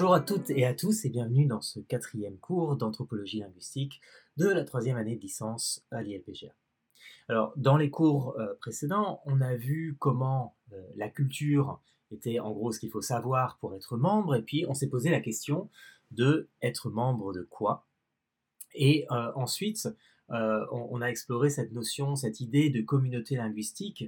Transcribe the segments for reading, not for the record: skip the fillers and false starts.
Bonjour à toutes et à tous et bienvenue dans ce 4e cours d'anthropologie linguistique de la 3e année de licence à l'ILPGA. Alors, dans les cours précédents, on a vu comment la culture était en gros ce qu'il faut savoir pour être membre, et puis on s'est posé la question de être membre de quoi. Et ensuite, on a exploré cette notion, cette idée de communauté linguistique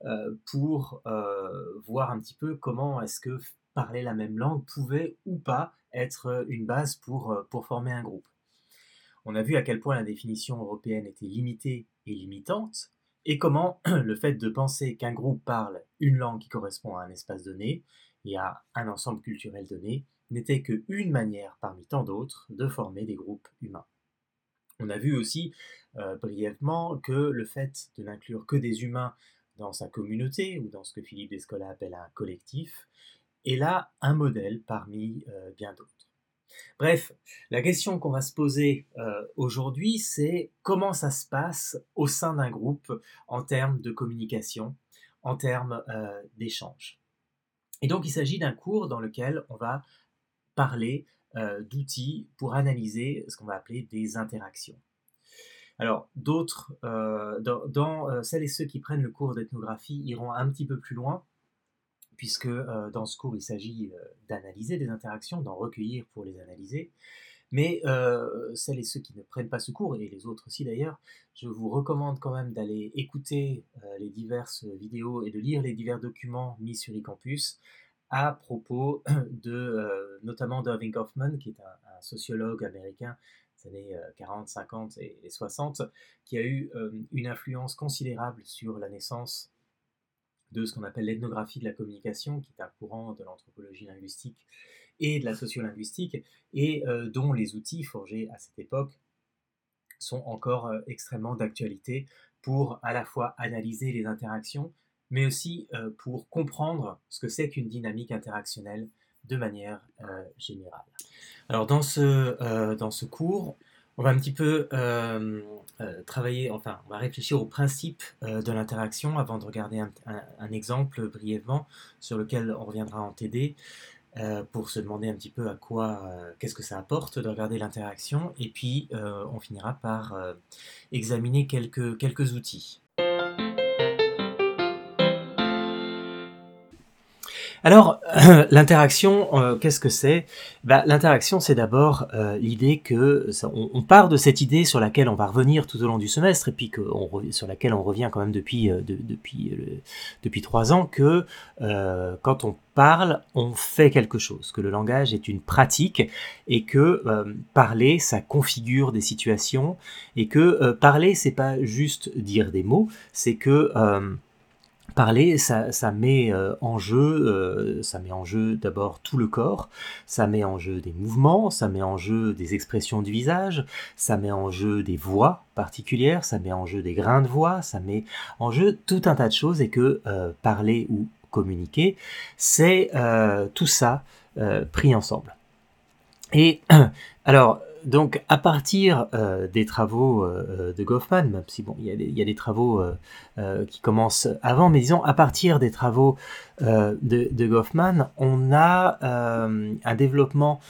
pour voir un petit peu comment est-ce que parler la même langue pouvait ou pas être une base pour former un groupe. On a vu à quel point la définition européenne était limitée et limitante, et comment le fait de penser qu'un groupe parle une langue qui correspond à un espace donné et à un ensemble culturel donné n'était qu'une manière parmi tant d'autres de former des groupes humains. On a vu aussi brièvement que le fait de n'inclure que des humains dans sa communauté, ou dans ce que Philippe Descola appelle un collectif, est là un modèle parmi bien d'autres. Bref, la question qu'on va se poser aujourd'hui, c'est comment ça se passe au sein d'un groupe en termes de communication, en termes d'échange. Et donc il s'agit d'un cours dans lequel on va parler d'outils pour analyser ce qu'on va appeler des interactions. Alors, d'autres, celles et ceux qui prennent le cours d'ethnographie iront un petit peu plus loin, puisque dans ce cours, il s'agit d'analyser des interactions, d'en recueillir pour les analyser. Mais celles et ceux qui ne prennent pas ce cours, et les autres aussi d'ailleurs, je vous recommande quand même d'aller écouter les diverses vidéos et de lire les divers documents mis sur eCampus à propos notamment d'Irving Goffman, qui est un sociologue américain des années 40, 50 et 60, qui a eu une influence considérable sur la naissance de ce qu'on appelle l'ethnographie de la communication, qui est un courant de l'anthropologie linguistique et de la sociolinguistique, et dont les outils forgés à cette époque sont encore extrêmement d'actualité pour à la fois analyser les interactions, mais aussi pour comprendre ce que c'est qu'une dynamique interactionnelle de manière générale. Alors dans ce cours, on va un petit peu travailler, enfin on va réfléchir au principe de l'interaction avant de regarder un exemple brièvement sur lequel on reviendra en TD. Pour se demander un petit peu qu'est-ce que ça apporte de regarder l'interaction, et puis on finira par examiner quelques outils. Alors, l'interaction, qu'est-ce que c'est ? L'interaction, c'est d'abord l'idée on part de cette idée sur laquelle on va revenir tout au long du semestre, et puis sur laquelle on revient quand même depuis 3 ans, que quand on parle, on fait quelque chose, que le langage est une pratique, et que parler, ça configure des situations, et que parler, c'est pas juste dire des mots, c'est que parler, ça met en jeu d'abord tout le corps, ça met en jeu des mouvements, ça met en jeu des expressions du visage, ça met en jeu des voix particulières, ça met en jeu des grains de voix, ça met en jeu tout un tas de choses, et que parler ou communiquer, c'est tout ça pris ensemble. Et alors, donc, à partir des travaux de Goffman, même si bon, il y a des travaux qui commencent avant, mais disons, à partir des travaux de Goffman, on a un développement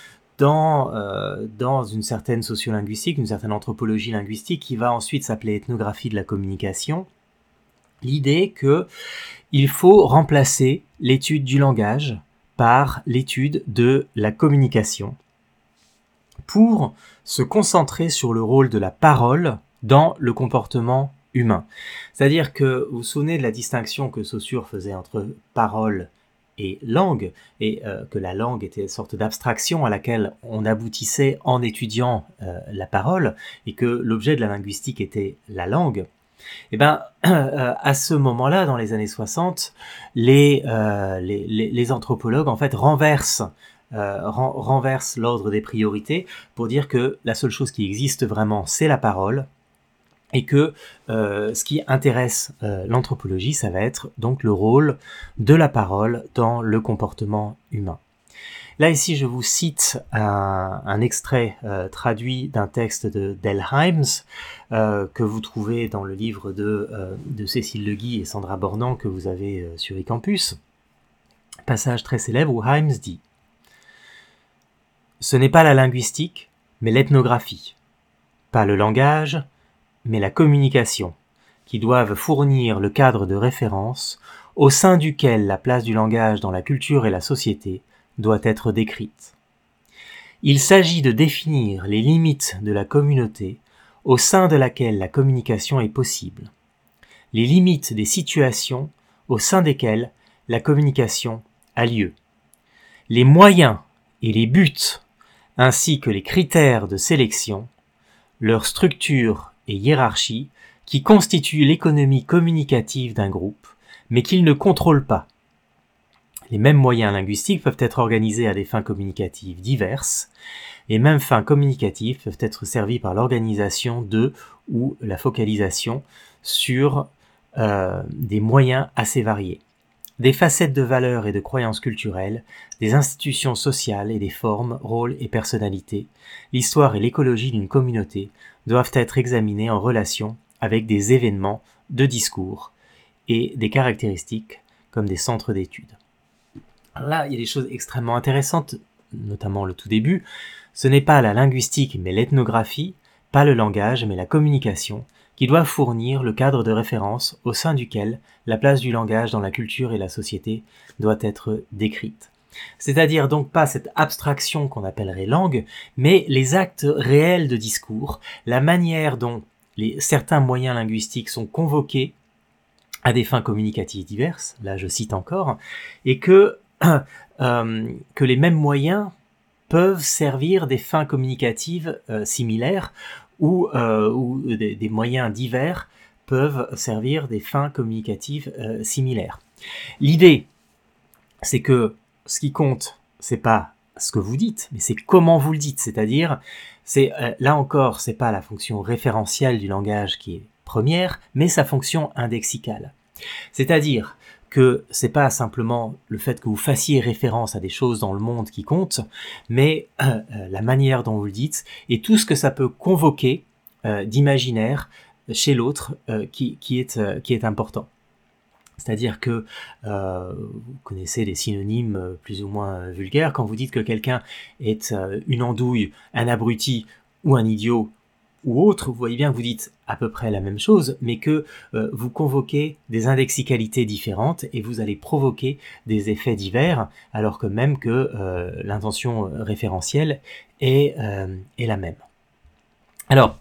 dans une certaine sociolinguistique, une certaine anthropologie linguistique, qui va ensuite s'appeler ethnographie de la communication. L'idée qu'il faut remplacer l'étude du langage par l'étude de la communication, pour se concentrer sur le rôle de la parole dans le comportement humain. C'est-à-dire que vous vous souvenez de la distinction que Saussure faisait entre parole et langue, et que la langue était une sorte d'abstraction à laquelle on aboutissait en étudiant la parole, et que l'objet de la linguistique était la langue. Et bien, à ce moment-là, dans les années 60, les anthropologues en fait renversent l'ordre des priorités pour dire que la seule chose qui existe vraiment, c'est la parole, et que ce qui intéresse l'anthropologie, ça va être donc le rôle de la parole dans le comportement humain. Là, ici, je vous cite un extrait traduit d'un texte de Delheims que vous trouvez dans le livre de Cécile Legui et Sandra Bornand que vous avez sur eCampus. Passage très célèbre où Himes dit ce n'est pas la linguistique, mais l'ethnographie. Pas le langage, mais la communication, qui doivent fournir le cadre de référence au sein duquel la place du langage dans la culture et la société doit être décrite. Il s'agit de définir les limites de la communauté au sein de laquelle la communication est possible, les limites des situations au sein desquelles la communication a lieu, les moyens et les buts, ainsi que les critères de sélection, leur structure et hiérarchie qui constituent l'économie communicative d'un groupe, mais qu'ils ne contrôlent pas. Les mêmes moyens linguistiques peuvent être organisés à des fins communicatives diverses. Les mêmes fins communicatives peuvent être servies par l'organisation de ou la focalisation sur des moyens assez variés. Des facettes de valeurs et de croyances culturelles, des institutions sociales et des formes, rôles et personnalités, l'histoire et l'écologie d'une communauté doivent être examinées en relation avec des événements de discours et des caractéristiques comme des centres d'études. Alors là, il y a des choses extrêmement intéressantes, notamment le tout début. Ce n'est pas la linguistique mais l'ethnographie, pas le langage mais la communication, qui doivent fournir le cadre de référence au sein duquel la place du langage dans la culture et la société doit être décrite. C'est-à-dire donc pas cette abstraction qu'on appellerait langue, mais les actes réels de discours, la manière dont certains moyens linguistiques sont convoqués à des fins communicatives diverses, là je cite encore, et que les mêmes moyens peuvent servir des fins communicatives similaires ou des moyens divers peuvent servir des fins communicatives similaires. L'idée, c'est que ce qui compte, c'est pas ce que vous dites, mais c'est comment vous le dites. C'est-à-dire, là encore, c'est pas la fonction référentielle du langage qui est première, mais sa fonction indexicale. C'est-à-dire que c'est pas simplement le fait que vous fassiez référence à des choses dans le monde qui compte, mais la manière dont vous le dites et tout ce que ça peut convoquer d'imaginaire chez l'autre qui est important. C'est-à-dire que vous connaissez des synonymes plus ou moins vulgaires. Quand vous dites que quelqu'un est une andouille, un abruti ou un idiot ou autre, vous voyez bien que vous dites à peu près la même chose, mais que vous convoquez des indexicalités différentes et vous allez provoquer des effets divers, alors que même que l'intention référentielle est la même. Alors,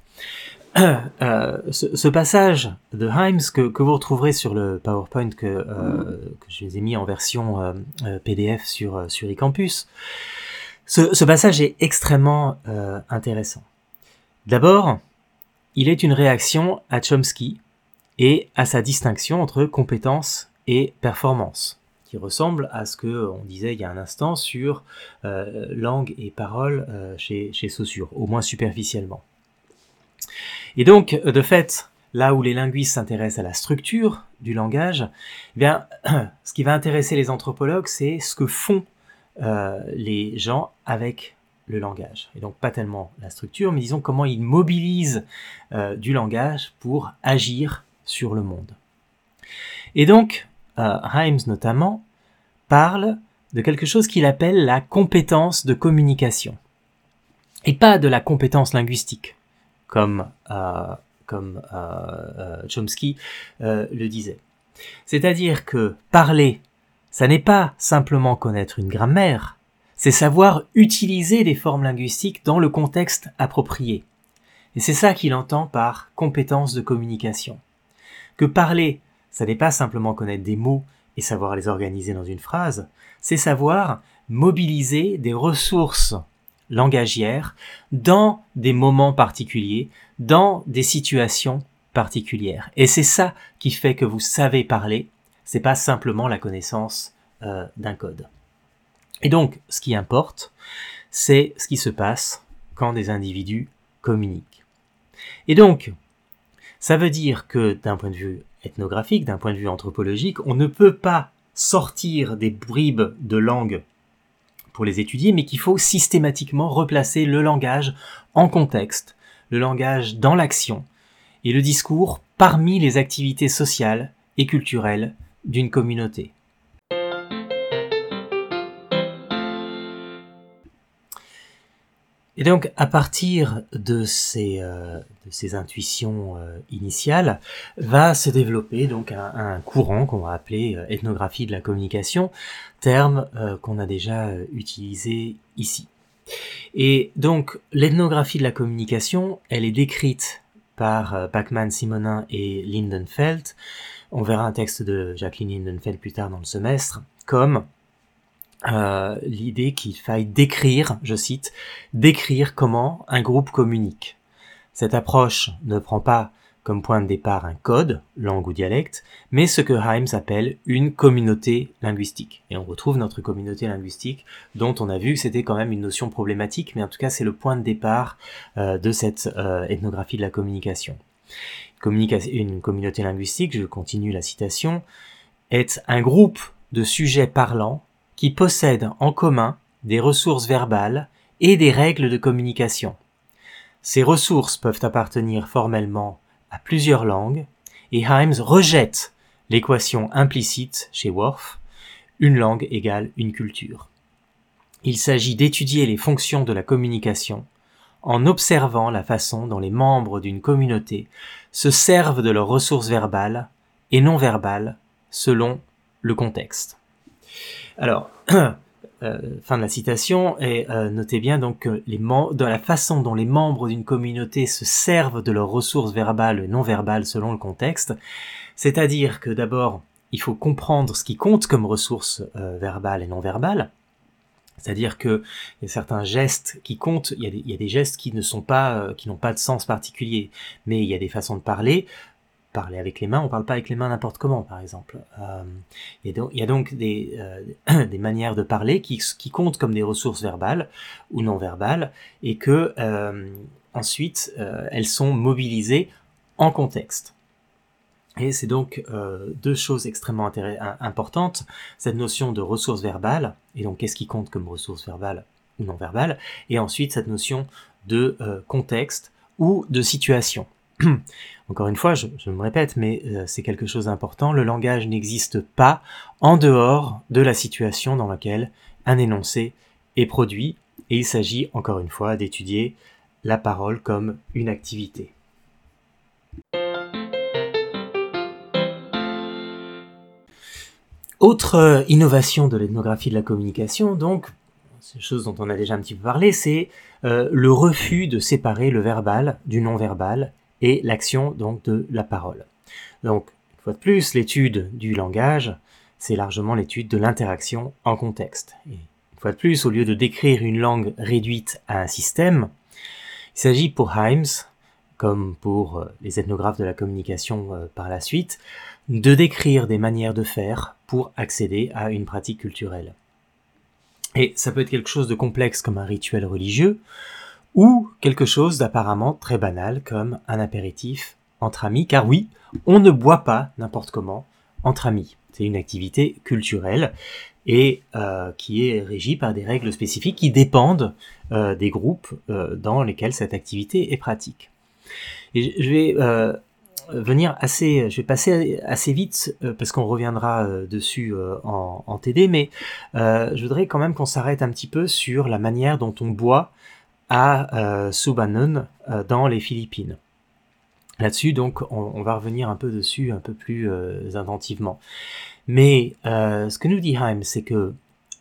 ce passage de Hymes que vous retrouverez sur le PowerPoint que je vous ai mis en version PDF sur eCampus, ce passage est extrêmement intéressant. D'abord, il est une réaction à Chomsky et à sa distinction entre compétence et performance, qui ressemble à ce qu'on disait il y a un instant sur langue et parole chez Saussure, au moins superficiellement. Et donc, de fait, là où les linguistes s'intéressent à la structure du langage, eh bien, ce qui va intéresser les anthropologues, c'est ce que font les gens avec le langage. Et donc pas tellement la structure, mais disons comment ils mobilisent du langage pour agir sur le monde. Et donc, Hymes notamment parle de quelque chose qu'il appelle la compétence de communication. Et pas de la compétence linguistique, comme Chomsky le disait. C'est-à-dire que parler, ça n'est pas simplement connaître une grammaire, c'est savoir utiliser les formes linguistiques dans le contexte approprié. Et c'est ça qu'il entend par compétence de communication. Que parler, ça n'est pas simplement connaître des mots et savoir les organiser dans une phrase, c'est savoir mobiliser des ressources langagières dans des moments particuliers, dans des situations particulières. Et c'est ça qui fait que vous savez parler, c'est pas simplement la connaissance d'un code. Et donc, ce qui importe, c'est ce qui se passe quand des individus communiquent. Et donc, ça veut dire que d'un point de vue ethnographique, d'un point de vue anthropologique, on ne peut pas sortir des bribes de langue pour les étudier, mais qu'il faut systématiquement replacer le langage en contexte, le langage dans l'action, et le discours parmi les activités sociales et culturelles d'une communauté. Et donc, à partir de ces intuitions initiales, va se développer donc un courant qu'on va appeler ethnographie de la communication, terme qu'on a déjà utilisé ici. Et donc, l'ethnographie de la communication, elle est décrite par Pachman, Simonin et Lindenfeld. On verra un texte de Jacqueline Lindenfeld plus tard dans le semestre, comme l'idée qu'il faille décrire, je cite, décrire comment un groupe communique. Cette approche ne prend pas comme point de départ un code, langue ou dialecte, mais ce que Hymes appelle une communauté linguistique. Et on retrouve notre communauté linguistique, dont on a vu que c'était quand même une notion problématique, mais en tout cas c'est le point de départ de cette ethnographie de la communication. Une communauté linguistique, je continue la citation, est un groupe de sujets parlants qui possèdent en commun des ressources verbales et des règles de communication. Ces ressources peuvent appartenir formellement à plusieurs langues, et Hymes rejette l'équation implicite chez Worf, une langue égale une culture. Il s'agit d'étudier les fonctions de la communication en observant la façon dont les membres d'une communauté se servent de leurs ressources verbales et non verbales selon le contexte. Alors, fin de la citation, et notez bien donc que de la façon dont les membres d'une communauté se servent de leurs ressources verbales et non verbales selon le contexte, c'est-à-dire que d'abord, il faut comprendre ce qui compte comme ressources verbales et non verbales, c'est-à-dire qu'il y a certains gestes qui comptent, il y a des gestes qui n'ont pas de sens particulier, mais il y a des façons de parler avec les mains, on parle pas avec les mains n'importe comment, par exemple. Il y a donc des manières de parler qui comptent comme des ressources verbales ou non verbales, et que ensuite elles sont mobilisées en contexte. Et c'est donc deux choses extrêmement importantes, cette notion de ressources verbales, et donc qu'est-ce qui compte comme ressources verbales ou non verbales, et ensuite cette notion de contexte ou de situation. Encore une fois, je me répète, mais c'est quelque chose d'important, le langage n'existe pas en dehors de la situation dans laquelle un énoncé est produit, et il s'agit, encore une fois, d'étudier la parole comme une activité. Autre innovation de l'ethnographie de la communication, donc, c'est une chose dont on a déjà un petit peu parlé, c'est le refus de séparer le verbal du non-verbal, et l'action donc de la parole. Donc, une fois de plus, l'étude du langage, c'est largement l'étude de l'interaction en contexte. Et une fois de plus, au lieu de décrire une langue réduite à un système, il s'agit pour Hymes, comme pour les ethnographes de la communication par la suite, de décrire des manières de faire pour accéder à une pratique culturelle. Et ça peut être quelque chose de complexe comme un rituel religieux, ou quelque chose d'apparemment très banal comme un apéritif entre amis, car oui, on ne boit pas n'importe comment entre amis. C'est une activité culturelle et qui est régie par des règles spécifiques qui dépendent des groupes dans lesquels cette activité est pratique. Et je vais passer assez vite parce qu'on reviendra dessus en TD, mais je voudrais quand même qu'on s'arrête un petit peu sur la manière dont on boit à Subanon dans les Philippines. Là-dessus, donc, on va revenir un peu dessus un peu plus inventivement. Mais ce que nous dit Hymes, c'est que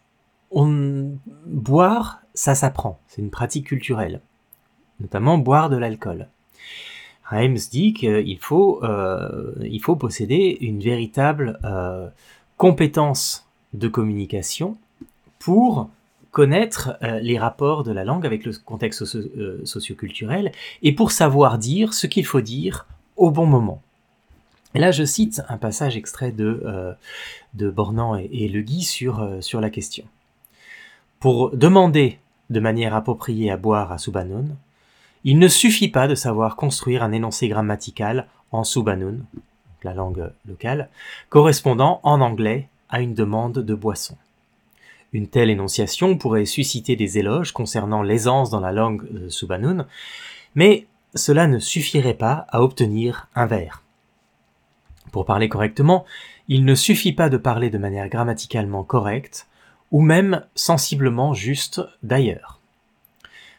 boire, ça s'apprend. C'est une pratique culturelle, notamment boire de l'alcool. Hymes dit qu'il faut posséder une véritable compétence de communication pour connaître les rapports de la langue avec le contexte socioculturel et pour savoir dire ce qu'il faut dire au bon moment. Et là, je cite un passage extrait de Bornand et Le Guy sur la question. Pour demander de manière appropriée à boire à Subanon, il ne suffit pas de savoir construire un énoncé grammatical en Subanon, la langue locale, correspondant en anglais à une demande de boisson. Une telle énonciation pourrait susciter des éloges concernant l'aisance dans la langue de Subanon, mais cela ne suffirait pas à obtenir un verre. Pour parler correctement, il ne suffit pas de parler de manière grammaticalement correcte, ou même sensiblement juste d'ailleurs.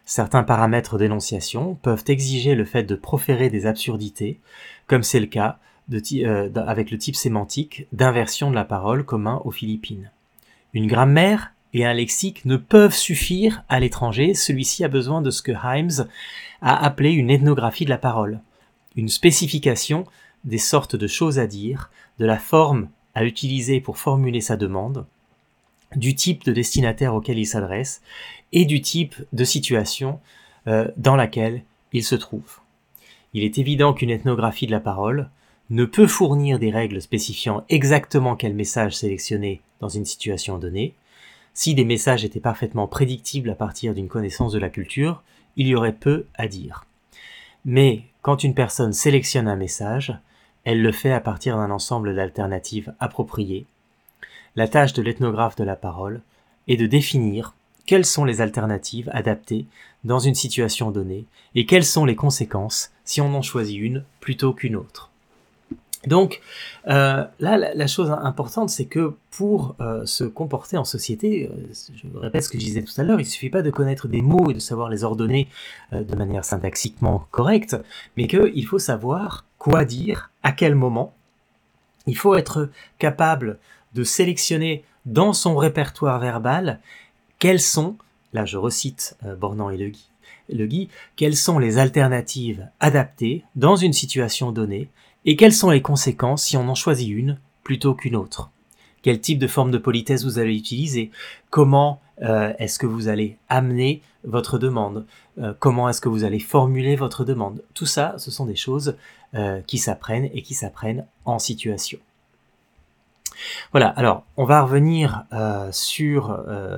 certains paramètres d'énonciation peuvent exiger le fait de proférer des absurdités, comme c'est le cas avec le type sémantique d'inversion de la parole commun aux Philippines. Une grammaire et un lexique ne peuvent suffire à l'étranger, celui-ci a besoin de ce que Hymes a appelé une ethnographie de la parole, une spécification des sortes de choses à dire, de la forme à utiliser pour formuler sa demande, du type de destinataire auquel il s'adresse et du type de situation dans laquelle il se trouve. Il est évident qu'une ethnographie de la parole ne peut fournir des règles spécifiant exactement quel message sélectionner dans une situation donnée. Si des messages étaient parfaitement prédictibles à partir d'une connaissance de la culture, il y aurait peu à dire. Mais quand une personne sélectionne un message, elle le fait à partir d'un ensemble d'alternatives appropriées. La tâche de l'ethnographe de la parole est de définir quelles sont les alternatives adaptées dans une situation donnée et quelles sont les conséquences si on en choisit une plutôt qu'une autre. Donc là, la chose importante, c'est que pour se comporter en société, je répète ce que je disais tout à l'heure, il ne suffit pas de connaître des mots et de savoir les ordonner de manière syntaxiquement correcte, mais qu'il faut savoir quoi dire, à quel moment. Il faut être capable de sélectionner dans son répertoire verbal quelles sont, là je recite Bornand et Le Guy, quelles sont les alternatives adaptées dans une situation donnée et quelles sont les conséquences si on en choisit une plutôt qu'une autre. Quel type de forme de politesse vous allez utiliser? Comment est-ce que vous allez amener votre demande? Comment est-ce que vous allez formuler votre demande? Tout ça, ce sont des choses qui s'apprennent et qui s'apprennent en situation. Voilà, alors on va revenir sur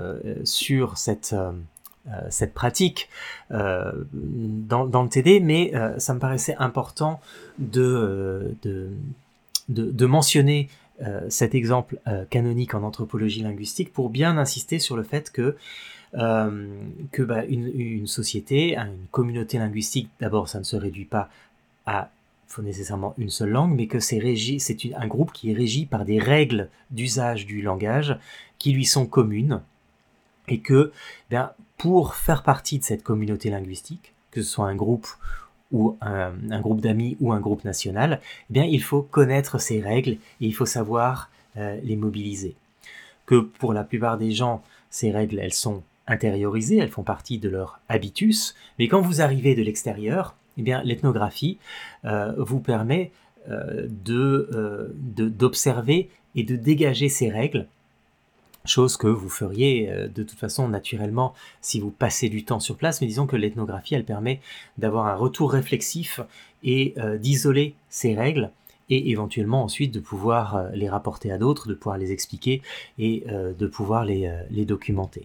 cette pratique dans le TD, mais ça me paraissait important de mentionner cet exemple canonique en anthropologie linguistique pour bien insister sur le fait que une société, une communauté linguistique, d'abord ça ne se réduit pas à nécessairement une seule langue, mais que c'est un groupe qui est régi par des règles d'usage du langage qui lui sont communes, et que pour faire partie de cette communauté linguistique, que ce soit un groupe ou un groupe d'amis ou un groupe national, il faut connaître ces règles et il faut savoir les mobiliser. Que pour la plupart des gens, ces règles, elles sont intériorisées, elles font partie de leur habitus, mais quand vous arrivez de l'extérieur, l'ethnographie vous permet d'observer et de dégager ces règles, chose que vous feriez de toute façon naturellement si vous passez du temps sur place, mais disons que l'ethnographie, elle permet d'avoir un retour réflexif et d'isoler ces règles et éventuellement ensuite de pouvoir les rapporter à d'autres, de pouvoir les expliquer et de pouvoir les documenter.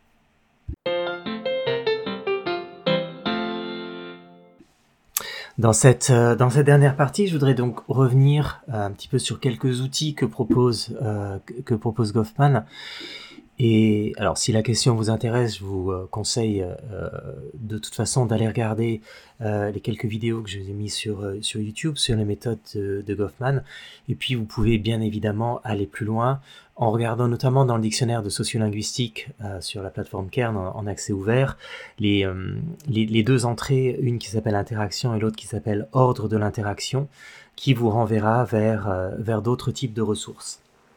Dans cette dernière partie, je voudrais donc revenir un petit peu sur quelques outils que propose Goffman. Et alors, si la question vous intéresse, je vous conseille de toute façon d'aller regarder les quelques vidéos que je vous ai mises sur YouTube sur les méthodes de Goffman. Et puis, vous pouvez bien évidemment aller plus loin en regardant notamment dans le dictionnaire de sociolinguistique sur la plateforme Kern en accès ouvert, les deux entrées, une qui s'appelle interaction et l'autre qui s'appelle ordre de l'interaction, qui vous renverra vers d'autres types de ressources.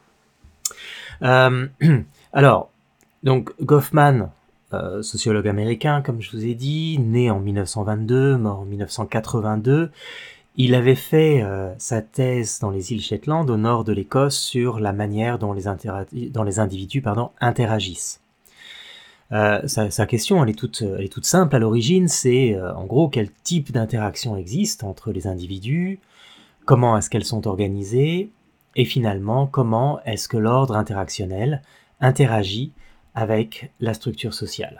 Alors, donc Goffman, sociologue américain, comme je vous ai dit, né en 1922, mort en 1982, il avait fait sa thèse dans les îles Shetland, au nord de l'Écosse, sur la manière dont les individus interagissent. Sa question, elle est toute simple à l'origine, c'est en gros quel type d'interaction existe entre les individus, comment est-ce qu'elles sont organisées, et finalement comment est-ce que l'ordre interactionnel interagit avec la structure sociale.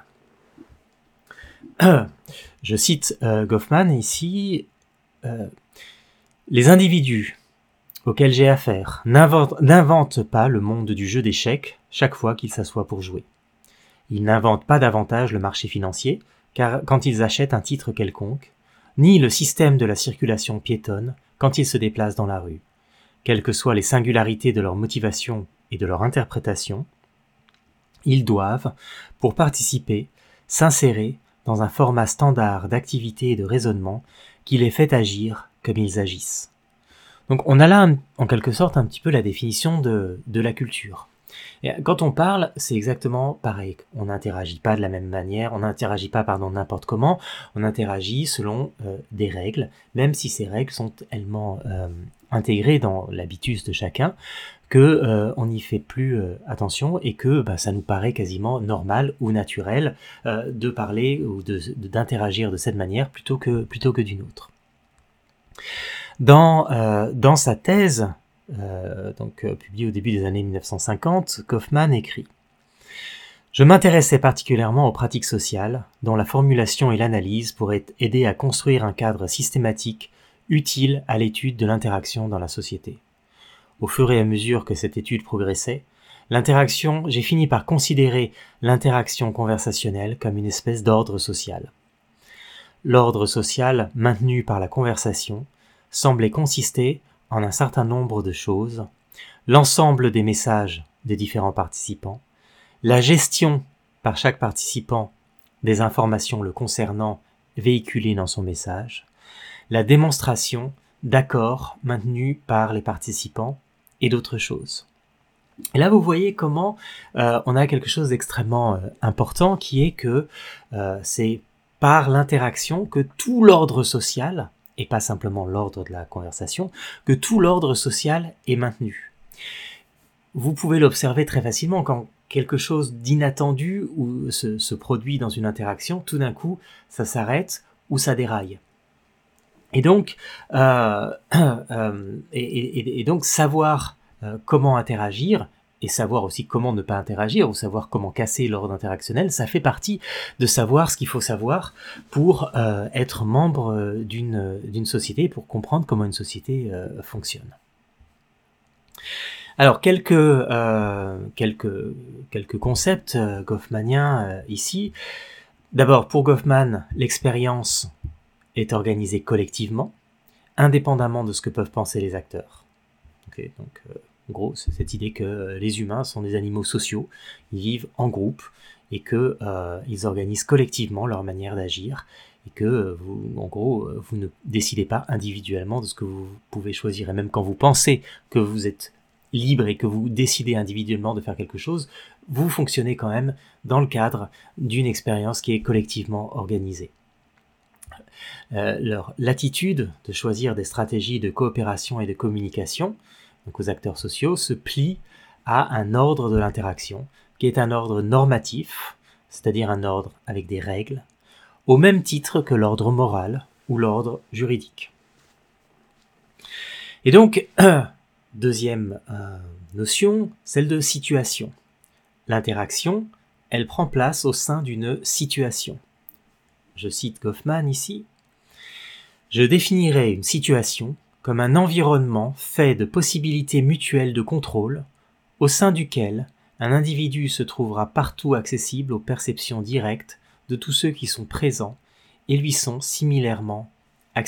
Je cite Goffman ici, les individus auxquels j'ai affaire n'inventent pas le monde du jeu d'échecs chaque fois qu'ils s'assoient pour jouer. Ils n'inventent pas davantage le marché financier car quand ils achètent un titre quelconque, ni le système de la circulation piétonne quand ils se déplacent dans la rue. Quelles que soient les singularités de leur motivation et de leur interprétation, ils doivent, pour participer, s'insérer dans un format standard d'activité et de raisonnement qui les fait agir comme ils agissent. Donc on a là en quelque sorte un petit peu la définition de la culture. Et quand on parle, c'est exactement pareil. On n'interagit pas de la même manière, on n'interagit pas n'importe comment, on interagit selon des règles, même si ces règles sont tellement intégrées dans l'habitus de chacun que on n'y fait plus attention et que ça nous paraît quasiment normal ou naturel de parler ou d'interagir de cette manière plutôt que d'une autre. Dans sa thèse, publiée au début des années 1950, Goffman écrit « Je m'intéressais particulièrement aux pratiques sociales, dont la formulation et l'analyse pourraient aider à construire un cadre systématique utile à l'étude de l'interaction dans la société. Au fur et à mesure que cette étude progressait, j'ai fini par considérer l'interaction conversationnelle comme une espèce d'ordre social. L'ordre social maintenu par la conversation semblait consister en un certain nombre de choses, l'ensemble des messages des différents participants, la gestion par chaque participant des informations le concernant véhiculées dans son message, la démonstration d'accords maintenus par les participants et d'autres choses. Et là, vous voyez comment on a quelque chose d'extrêmement important qui est que c'est par l'interaction que tout l'ordre social, et pas simplement l'ordre de la conversation, que tout l'ordre social est maintenu. Vous pouvez l'observer très facilement quand quelque chose d'inattendu ou se produit dans une interaction, tout d'un coup, ça s'arrête ou ça déraille. Et donc, donc savoir comment interagir et savoir aussi comment ne pas interagir ou savoir comment casser l'ordre interactionnel, ça fait partie de savoir ce qu'il faut savoir pour être membre d'une société, pour comprendre comment une société fonctionne. Alors, quelques concepts goffmaniens ici. D'abord, pour Goffman, l'expérience est organisée collectivement, indépendamment de ce que peuvent penser les acteurs. Okay, donc, en gros, c'est cette idée que les humains sont des animaux sociaux, ils vivent en groupe et qu'ils organisent collectivement leur manière d'agir et que, vous ne décidez pas individuellement de ce que vous pouvez choisir. Et même quand vous pensez que vous êtes libre et que vous décidez individuellement de faire quelque chose, vous fonctionnez quand même dans le cadre d'une expérience qui est collectivement organisée. Leur latitude de choisir des stratégies de coopération et de communication, donc aux acteurs sociaux, se plie à un ordre de l'interaction, qui est un ordre normatif, c'est-à-dire un ordre avec des règles, au même titre que l'ordre moral ou l'ordre juridique. Et donc, deuxième notion, celle de situation. L'interaction, elle prend place au sein d'une situation. Je cite Goffman ici. « Je définirais une situation comme un environnement fait de possibilités mutuelles de contrôle, au sein duquel un individu se trouvera partout accessible aux perceptions directes de tous ceux qui sont présents et lui sont similairement accessibles. »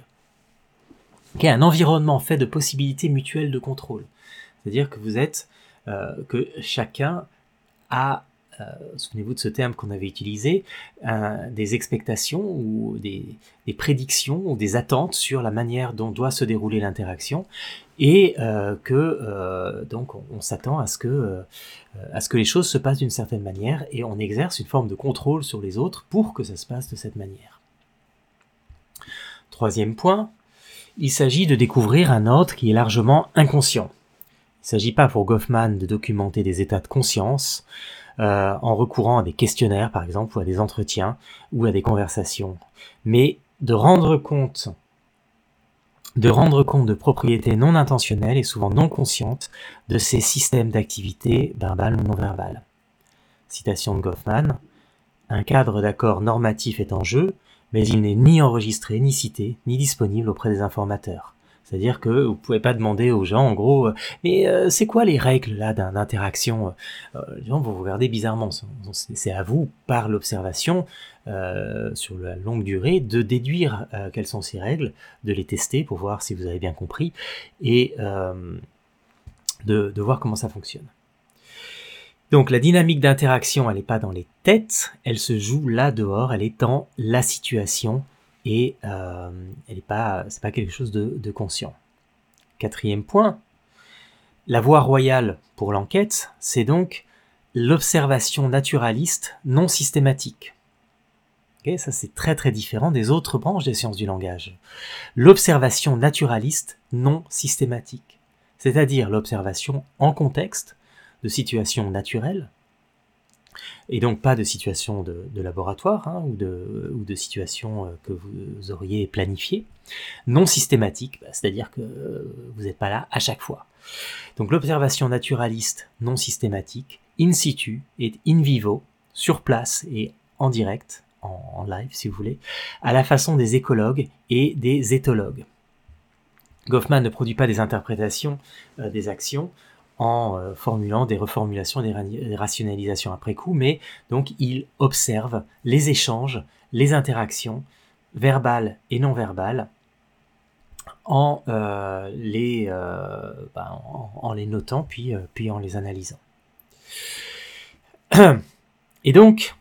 Okay, un environnement fait de possibilités mutuelles de contrôle. C'est-à-dire que que chacun a, souvenez-vous de ce terme qu'on avait utilisé, des expectations ou des prédictions ou des attentes sur la manière dont doit se dérouler l'interaction et donc on s'attend à ce que les choses se passent d'une certaine manière et on exerce une forme de contrôle sur les autres pour que ça se passe de cette manière. Troisième point, il s'agit de découvrir un ordre qui est largement inconscient. Il ne s'agit pas pour Goffman de documenter des états de conscience en recourant à des questionnaires, par exemple, ou à des entretiens, ou à des conversations, mais de rendre compte de propriétés non intentionnelles et souvent non conscientes de ces systèmes d'activité verbales ou non verbales. Citation de Goffman, « Un cadre d'accord normatif est en jeu, mais il n'est ni enregistré, ni cité, ni disponible auprès des informateurs. » C'est-à-dire que vous ne pouvez pas demander aux gens, en gros, mais c'est quoi les règles là d'interaction Les gens vont vous regarder bizarrement. C'est à vous, par l'observation, sur la longue durée, de déduire quelles sont ces règles, de les tester pour voir si vous avez bien compris, et de voir comment ça fonctionne. Donc la dynamique d'interaction, elle n'est pas dans les têtes, elle se joue là dehors, elle est dans la situation et c'est pas quelque chose de conscient. 4e point, la voie royale pour l'enquête, c'est donc l'observation naturaliste non systématique. Okay, ça c'est très très différent des autres branches des sciences du langage. L'observation naturaliste non systématique, c'est-à-dire l'observation en contexte de situations naturelles, et donc pas de situations de laboratoire hein, ou de situations que vous auriez planifiées, non systématique, c'est-à-dire que vous n'êtes pas là à chaque fois. Donc l'observation naturaliste non systématique, in situ et in vivo, sur place et en direct, en live si vous voulez, à la façon des écologues et des éthologues. Goffman ne produit pas des interprétations des actions en formulant des reformulations, des rationalisations après coup, mais donc il observe les échanges, les interactions verbales et non verbales en les notant puis en les analysant. Et donc,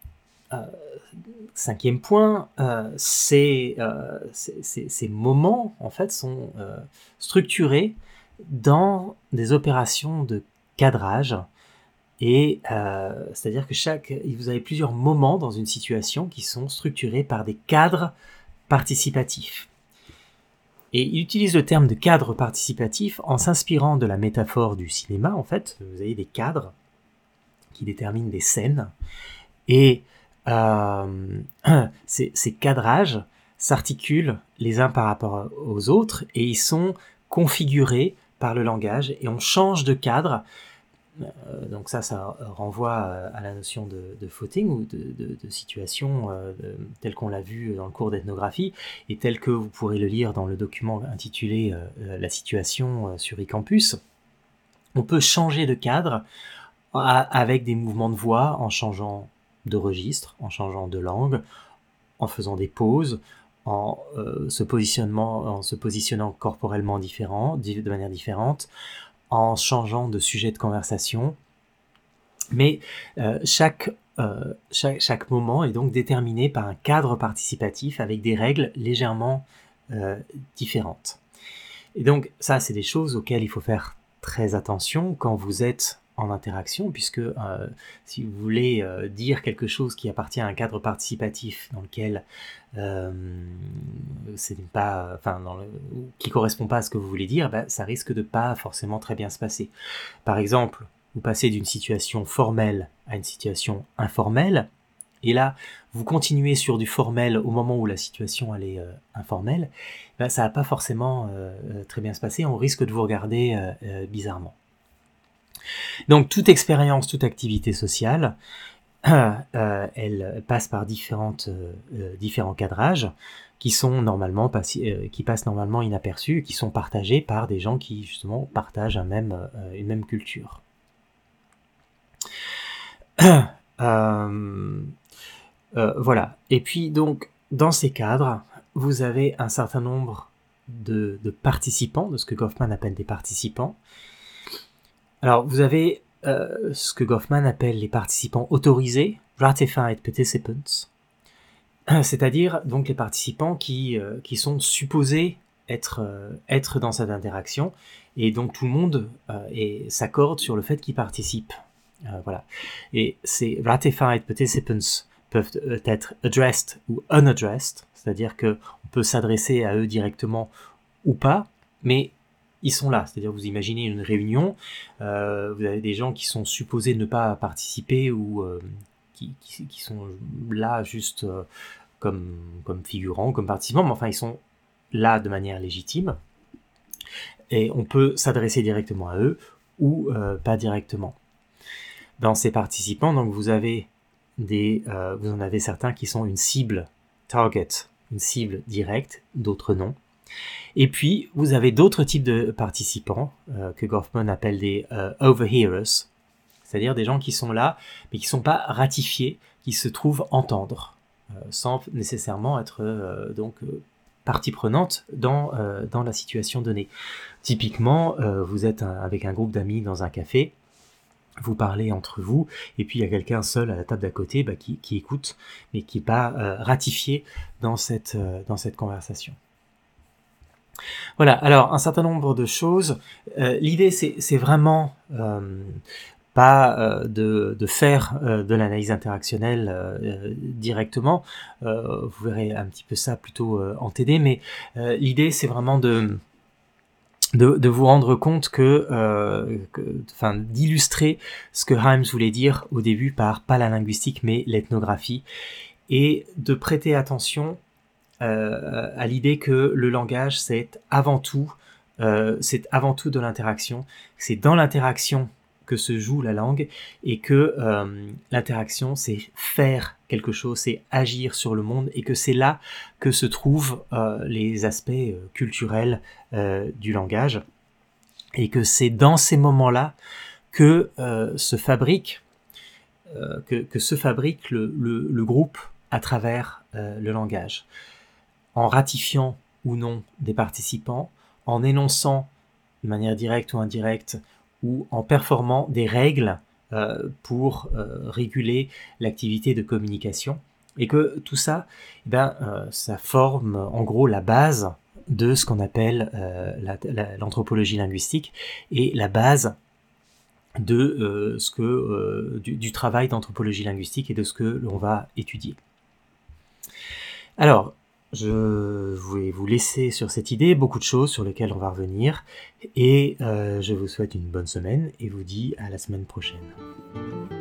5e point, ces moments en fait sont structurés dans des opérations de cadrage et c'est-à-dire que vous avez plusieurs moments dans une situation qui sont structurés par des cadres participatifs. Et il utilise le terme de cadre participatif en s'inspirant de la métaphore du cinéma. En fait, vous avez des cadres qui déterminent des scènes et ces cadrages s'articulent les uns par rapport aux autres et ils sont configurés par le langage et on change de cadre. Donc ça renvoie à la notion de footing ou de situation telle qu'on l'a vu dans le cours d'ethnographie et tel que vous pourrez le lire dans le document intitulé La situation sur eCampus. On peut changer de cadre avec des mouvements de voix en changeant de registre, en changeant de langue, en faisant des pauses, en se positionnant corporellement de manière différente, en changeant de sujet de conversation. Mais chaque moment est donc déterminé par un cadre participatif avec des règles légèrement différentes. Et donc ça, c'est des choses auxquelles il faut faire très attention quand vous êtes en interaction, puisque si vous voulez dire quelque chose qui appartient à un cadre participatif dans lequel qui correspond pas à ce que vous voulez dire, ça risque de pas forcément très bien se passer. Par exemple, vous passez d'une situation formelle à une situation informelle, et là, vous continuez sur du formel au moment où la situation elle est informelle, ça va pas forcément très bien se passer, on risque de vous regarder bizarrement. Donc toute expérience, toute activité sociale, elle passe par différents cadrages qui passent normalement inaperçus, qui sont partagés par des gens qui justement partagent une même culture. Voilà. Et puis donc dans ces cadres, vous avez un certain nombre de participants, de ce que Goffman appelle des participants. Alors vous avez ce que Goffman appelle les participants autorisés, ratified participants, c'est-à-dire donc les participants qui sont supposés être dans cette interaction, et donc tout le monde s'accorde sur le fait qu'ils participent. Voilà. Et ces ratified participants peuvent être addressed ou unaddressed, c'est-à-dire qu'on peut s'adresser à eux directement ou pas, mais ils sont là. C'est-à-dire vous imaginez une réunion, vous avez des gens qui sont supposés ne pas participer ou qui sont là juste comme figurants, comme participants, mais enfin ils sont là de manière légitime, et on peut s'adresser directement à eux ou pas directement. Dans ces participants, donc vous en avez certains qui sont une cible target, une cible directe, d'autres non. Et puis, vous avez d'autres types de participants que Goffman appelle des overhearers, c'est-à-dire des gens qui sont là, mais qui ne sont pas ratifiés, qui se trouvent entendre, sans nécessairement être partie prenante dans la situation donnée. Typiquement, vous êtes avec un groupe d'amis dans un café, vous parlez entre vous, et puis il y a quelqu'un seul à la table d'à côté qui écoute, mais qui n'est pas ratifié dans cette conversation. Voilà, alors un certain nombre de choses. L'idée, c'est vraiment pas de faire de l'analyse interactionnelle directement. Vous verrez un petit peu ça plutôt en TD, mais l'idée, c'est vraiment de vous rendre compte d'illustrer ce que Hymes voulait dire au début par pas la linguistique mais l'ethnographie, et de prêter attention à l'idée que le langage c'est avant tout de l'interaction, c'est dans l'interaction que se joue la langue, et que l'interaction c'est faire quelque chose, c'est agir sur le monde, et que c'est là que se trouvent les aspects culturels du langage, et que c'est dans ces moments-là que se fabrique le groupe à travers le langage, en ratifiant ou non des participants, en énonçant de manière directe ou indirecte, ou en performant des règles pour réguler l'activité de communication, et que tout ça, ça forme en gros la base de ce qu'on appelle l'anthropologie linguistique, et la base de du travail d'anthropologie linguistique et de ce que l'on va étudier. Alors, je vais vous laisser sur cette idée, beaucoup de choses sur lesquelles on va revenir, et je vous souhaite une bonne semaine et vous dis à la semaine prochaine.